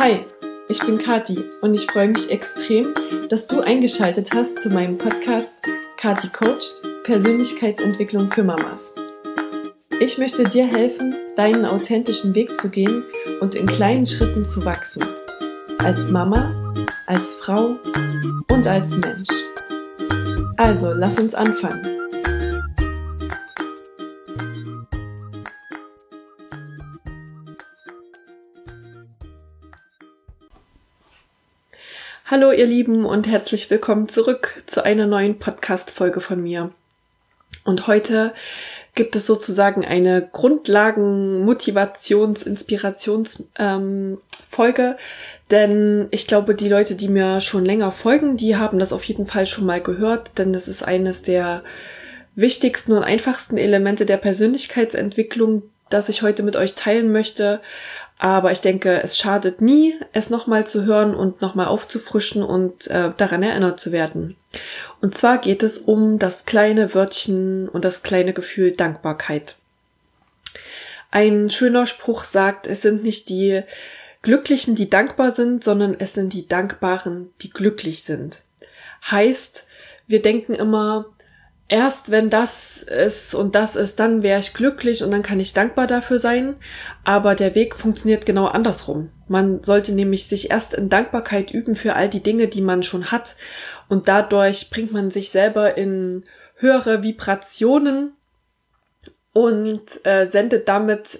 Hi, ich bin Kathi und ich freue mich extrem, dass du eingeschaltet hast zu meinem Podcast Kathi Coacht – Persönlichkeitsentwicklung für Mamas. Ich möchte dir helfen, deinen authentischen Weg zu gehen und in kleinen Schritten zu wachsen. Als Mama, als Frau und als Mensch. Also, lass uns anfangen. Hallo ihr Lieben und herzlich willkommen zurück zu einer neuen Podcast-Folge von mir. Und heute gibt es sozusagen eine Grundlagen-Motivations-Inspirations-Folge, denn ich glaube, die Leute, die mir schon länger folgen, die haben das auf jeden Fall schon mal gehört, denn das ist eines der wichtigsten und einfachsten Elemente der Persönlichkeitsentwicklung, das ich heute mit euch teilen möchte. Aber ich denke, es schadet nie, es nochmal zu hören und nochmal aufzufrischen und daran erinnert zu werden. Und zwar geht es um das kleine Wörtchen und das kleine Gefühl Dankbarkeit. Ein schöner Spruch sagt, es sind nicht die Glücklichen, die dankbar sind, sondern es sind die Dankbaren, die glücklich sind. Heißt, wir denken immer, erst wenn das ist und das ist, dann wäre ich glücklich und dann kann ich dankbar dafür sein. Aber der Weg funktioniert genau andersrum. Man sollte nämlich sich erst in Dankbarkeit üben für all die Dinge, die man schon hat. Und dadurch bringt man sich selber in höhere Vibrationen und sendet damit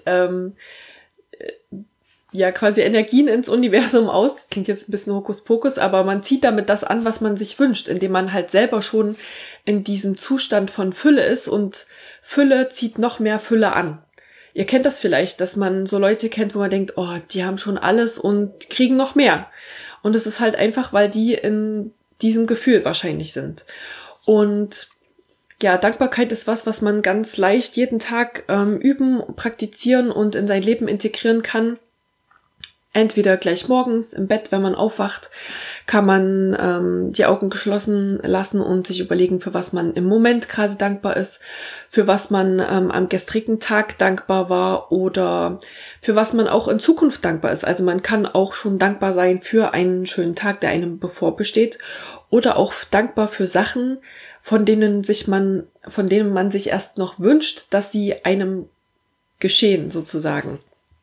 quasi Energien ins Universum aus. Klingt jetzt ein bisschen Hokuspokus, aber man zieht damit das an, was man sich wünscht, indem man halt selber schon in diesem Zustand von Fülle ist und Fülle zieht noch mehr Fülle an. Ihr kennt das vielleicht, dass man so Leute kennt, wo man denkt, oh, die haben schon alles und kriegen noch mehr. Und es ist halt einfach, weil die in diesem Gefühl wahrscheinlich sind. Und ja, Dankbarkeit ist was man ganz leicht jeden Tag üben, praktizieren und in sein Leben integrieren kann. Entweder gleich morgens im Bett, wenn man aufwacht, kann man die Augen geschlossen lassen und sich überlegen, für was man im Moment gerade dankbar ist, für was man am gestrigen Tag dankbar war oder für was man auch in Zukunft dankbar ist. Also man kann auch schon dankbar sein für einen schönen Tag, der einem bevorsteht, oder auch dankbar für Sachen, von denen man sich erst noch wünscht, dass sie einem geschehen, sozusagen.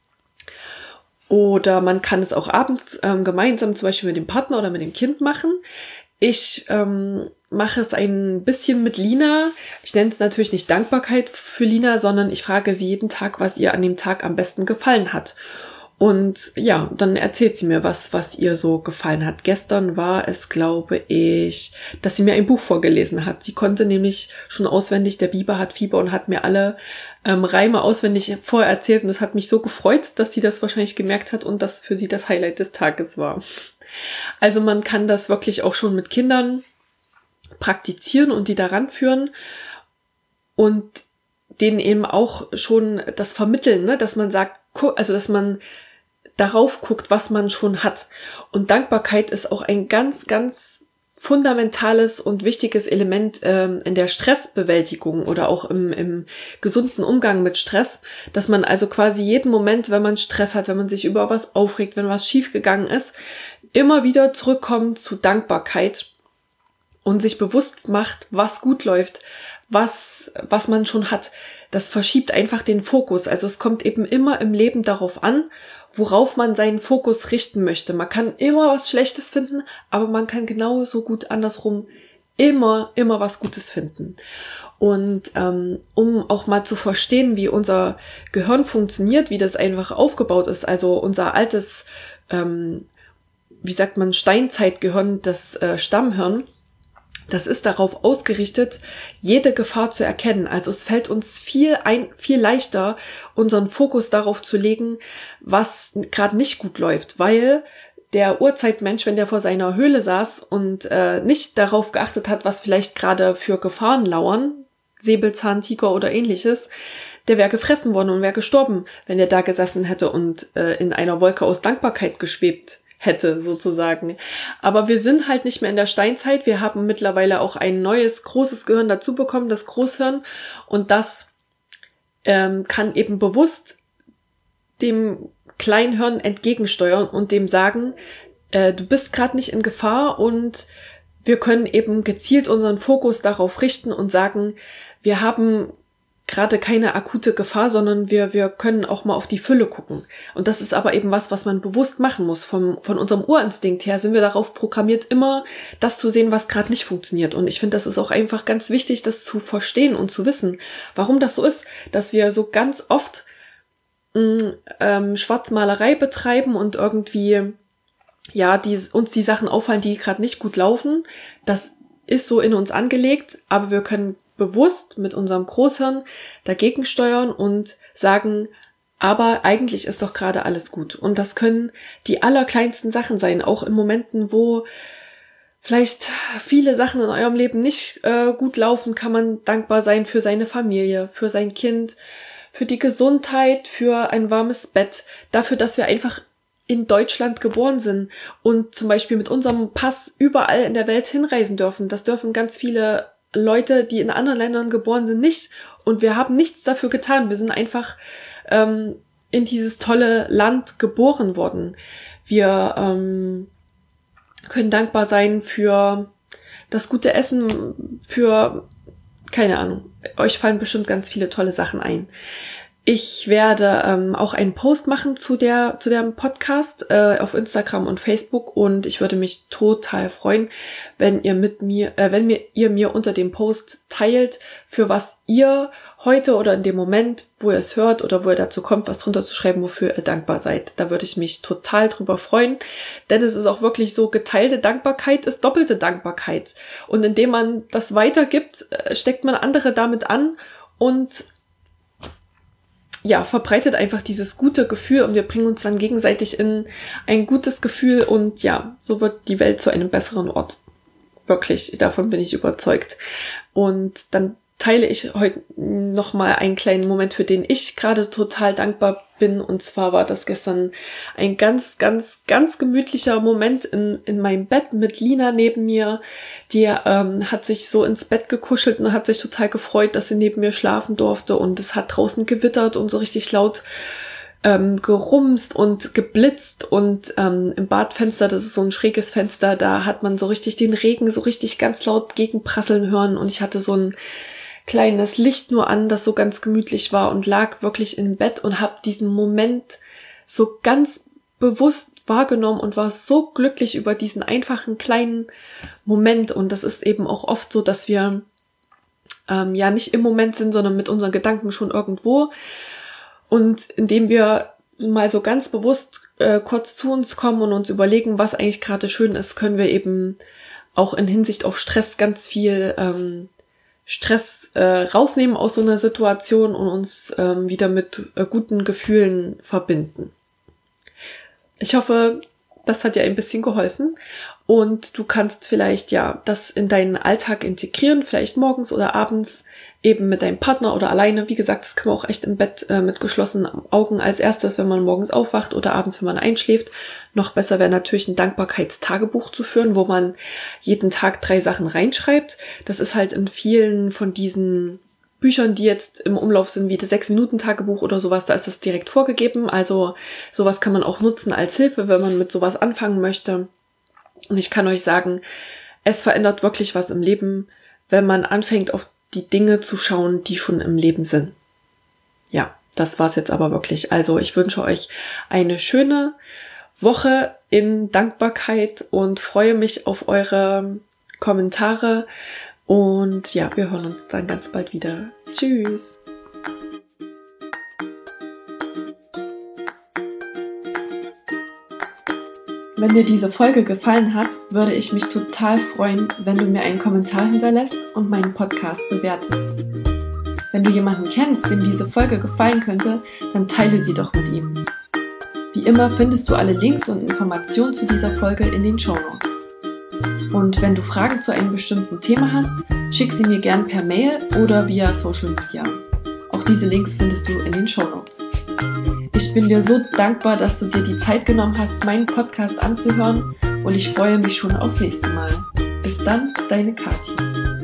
Oder man kann es auch abends gemeinsam zum Beispiel mit dem Partner oder mit dem Kind machen. Ich mache es ein bisschen mit Lina. Ich nenne es natürlich nicht Dankbarkeit für Lina, sondern ich frage sie jeden Tag, was ihr an dem Tag am besten gefallen hat. Und ja, dann erzählt sie mir, was ihr so gefallen hat. Gestern war es, glaube ich, dass sie mir ein Buch vorgelesen hat. Sie konnte nämlich schon auswendig, der Biber hat Fieber, und hat mir alle Reime auswendig vorher erzählt. Und das hat mich so gefreut, dass sie das wahrscheinlich gemerkt hat und das für sie das Highlight des Tages war. Also man kann das wirklich auch schon mit Kindern praktizieren und die daran führen und denen eben auch schon das vermitteln, ne? Dass man sagt, also dass man darauf guckt, was man schon hat. Und Dankbarkeit ist auch ein ganz, ganz fundamentales und wichtiges Element in der Stressbewältigung oder auch im gesunden Umgang mit Stress, dass man also quasi jeden Moment, wenn man Stress hat, wenn man sich über was aufregt, wenn was schiefgegangen ist, immer wieder zurückkommt zu Dankbarkeit und sich bewusst macht, was gut läuft, was man schon hat. Das verschiebt einfach den Fokus. Also es kommt eben immer im Leben darauf an, worauf man seinen Fokus richten möchte. Man kann immer was Schlechtes finden, aber man kann genauso gut andersrum immer was Gutes finden. Und um auch mal zu verstehen, wie unser Gehirn funktioniert, wie das einfach aufgebaut ist, also unser altes, Steinzeitgehirn, das Stammhirn, das ist darauf ausgerichtet, jede Gefahr zu erkennen. Also es fällt uns viel leichter, unseren Fokus darauf zu legen, was gerade nicht gut läuft, weil der Urzeitmensch, wenn der vor seiner Höhle saß und nicht darauf geachtet hat, was vielleicht gerade für Gefahren lauern, Säbelzahntiger oder ähnliches, der wäre gefressen worden und wäre gestorben, wenn der da gesessen hätte und in einer Wolke aus Dankbarkeit geschwebt hätte, sozusagen. Aber wir sind halt nicht mehr in der Steinzeit. Wir haben mittlerweile auch ein neues, großes Gehirn dazu bekommen, das Großhirn. Und das kann eben bewusst dem Kleinhirn entgegensteuern und dem sagen, du bist gerade nicht in Gefahr, und wir können eben gezielt unseren Fokus darauf richten und sagen, wir haben gerade keine akute Gefahr, sondern wir können auch mal auf die Fülle gucken. Und das ist aber eben was man bewusst machen muss. Von unserem Urinstinkt her sind wir darauf programmiert, immer das zu sehen, was gerade nicht funktioniert. Und ich finde, das ist auch einfach ganz wichtig, das zu verstehen und zu wissen, warum das so ist, dass wir so ganz oft Schwarzmalerei betreiben und irgendwie uns die Sachen auffallen, die gerade nicht gut laufen. Das ist so in uns angelegt, aber wir können bewusst mit unserem Großhirn dagegen steuern und sagen, aber eigentlich ist doch gerade alles gut. Und das können die allerkleinsten Sachen sein, auch in Momenten, wo vielleicht viele Sachen in eurem Leben nicht gut laufen, kann man dankbar sein für seine Familie, für sein Kind, für die Gesundheit, für ein warmes Bett, dafür, dass wir einfach in Deutschland geboren sind und zum Beispiel mit unserem Pass überall in der Welt hinreisen dürfen. Das dürfen ganz viele Leute, die in anderen Ländern geboren sind, nicht. Und wir haben nichts dafür getan. Wir sind einfach in dieses tolle Land geboren worden. Wir können dankbar sein für das gute Essen, für, keine Ahnung, euch fallen bestimmt ganz viele tolle Sachen ein. Ich werde auch einen Post machen zu dem Podcast auf Instagram und Facebook, und ich würde mich total freuen, wenn ihr mir unter dem Post teilt, für was ihr heute oder in dem Moment, wo ihr es hört oder wo ihr dazu kommt, was drunter zu schreiben, wofür ihr dankbar seid. Da würde ich mich total drüber freuen, denn es ist auch wirklich so, geteilte Dankbarkeit ist doppelte Dankbarkeit. Und indem man das weitergibt, steckt man andere damit an und verbreitet einfach dieses gute Gefühl, und wir bringen uns dann gegenseitig in ein gutes Gefühl, und so wird die Welt zu einem besseren Ort. Wirklich, davon bin ich überzeugt. Und dann teile ich heute nochmal einen kleinen Moment, für den ich gerade total dankbar bin. Und zwar war das gestern ein ganz, ganz, ganz gemütlicher Moment in meinem Bett mit Lina neben mir. Die hat sich so ins Bett gekuschelt und hat sich total gefreut, dass sie neben mir schlafen durfte. Und es hat draußen gewittert und so richtig laut gerumst und geblitzt, und im Badfenster, das ist so ein schräges Fenster, da hat man so richtig den Regen so richtig ganz laut gegenprasseln hören, und ich hatte so ein kleines Licht nur an, das so ganz gemütlich war, und lag wirklich im Bett und habe diesen Moment so ganz bewusst wahrgenommen und war so glücklich über diesen einfachen kleinen Moment. Und das ist eben auch oft so, dass wir nicht im Moment sind, sondern mit unseren Gedanken schon irgendwo. Und indem wir mal so ganz bewusst kurz zu uns kommen und uns überlegen, was eigentlich gerade schön ist, können wir eben auch in Hinsicht auf Stress ganz viel Stress rausnehmen aus so einer Situation und uns wieder mit guten Gefühlen verbinden. Ich hoffe, das hat dir ein bisschen geholfen, und du kannst vielleicht das in deinen Alltag integrieren, vielleicht morgens oder abends, eben mit deinem Partner oder alleine. Wie gesagt, das kann man auch echt im Bett mit geschlossenen Augen als erstes, wenn man morgens aufwacht oder abends, wenn man einschläft. Noch besser wäre natürlich ein Dankbarkeitstagebuch zu führen, wo man jeden Tag 3 Sachen reinschreibt. Das ist halt in vielen von diesen Büchern, die jetzt im Umlauf sind, wie das 6-Minuten-Tagebuch oder sowas, da ist das direkt vorgegeben. Also sowas kann man auch nutzen als Hilfe, wenn man mit sowas anfangen möchte. Und ich kann euch sagen, es verändert wirklich was im Leben, wenn man anfängt, auf die Dinge zu schauen, die schon im Leben sind. Ja, das war's jetzt aber wirklich. Also ich wünsche euch eine schöne Woche in Dankbarkeit und freue mich auf eure Kommentare. Und wir hören uns dann ganz bald wieder. Tschüss! Wenn dir diese Folge gefallen hat, würde ich mich total freuen, wenn du mir einen Kommentar hinterlässt und meinen Podcast bewertest. Wenn du jemanden kennst, dem diese Folge gefallen könnte, dann teile sie doch mit ihm. Wie immer findest du alle Links und Informationen zu dieser Folge in den Shownotes. Und wenn du Fragen zu einem bestimmten Thema hast, schick sie mir gern per Mail oder via Social Media. Auch diese Links findest du in den Shownotes. Ich bin dir so dankbar, dass du dir die Zeit genommen hast, meinen Podcast anzuhören, und ich freue mich schon aufs nächste Mal. Bis dann, deine Kathi.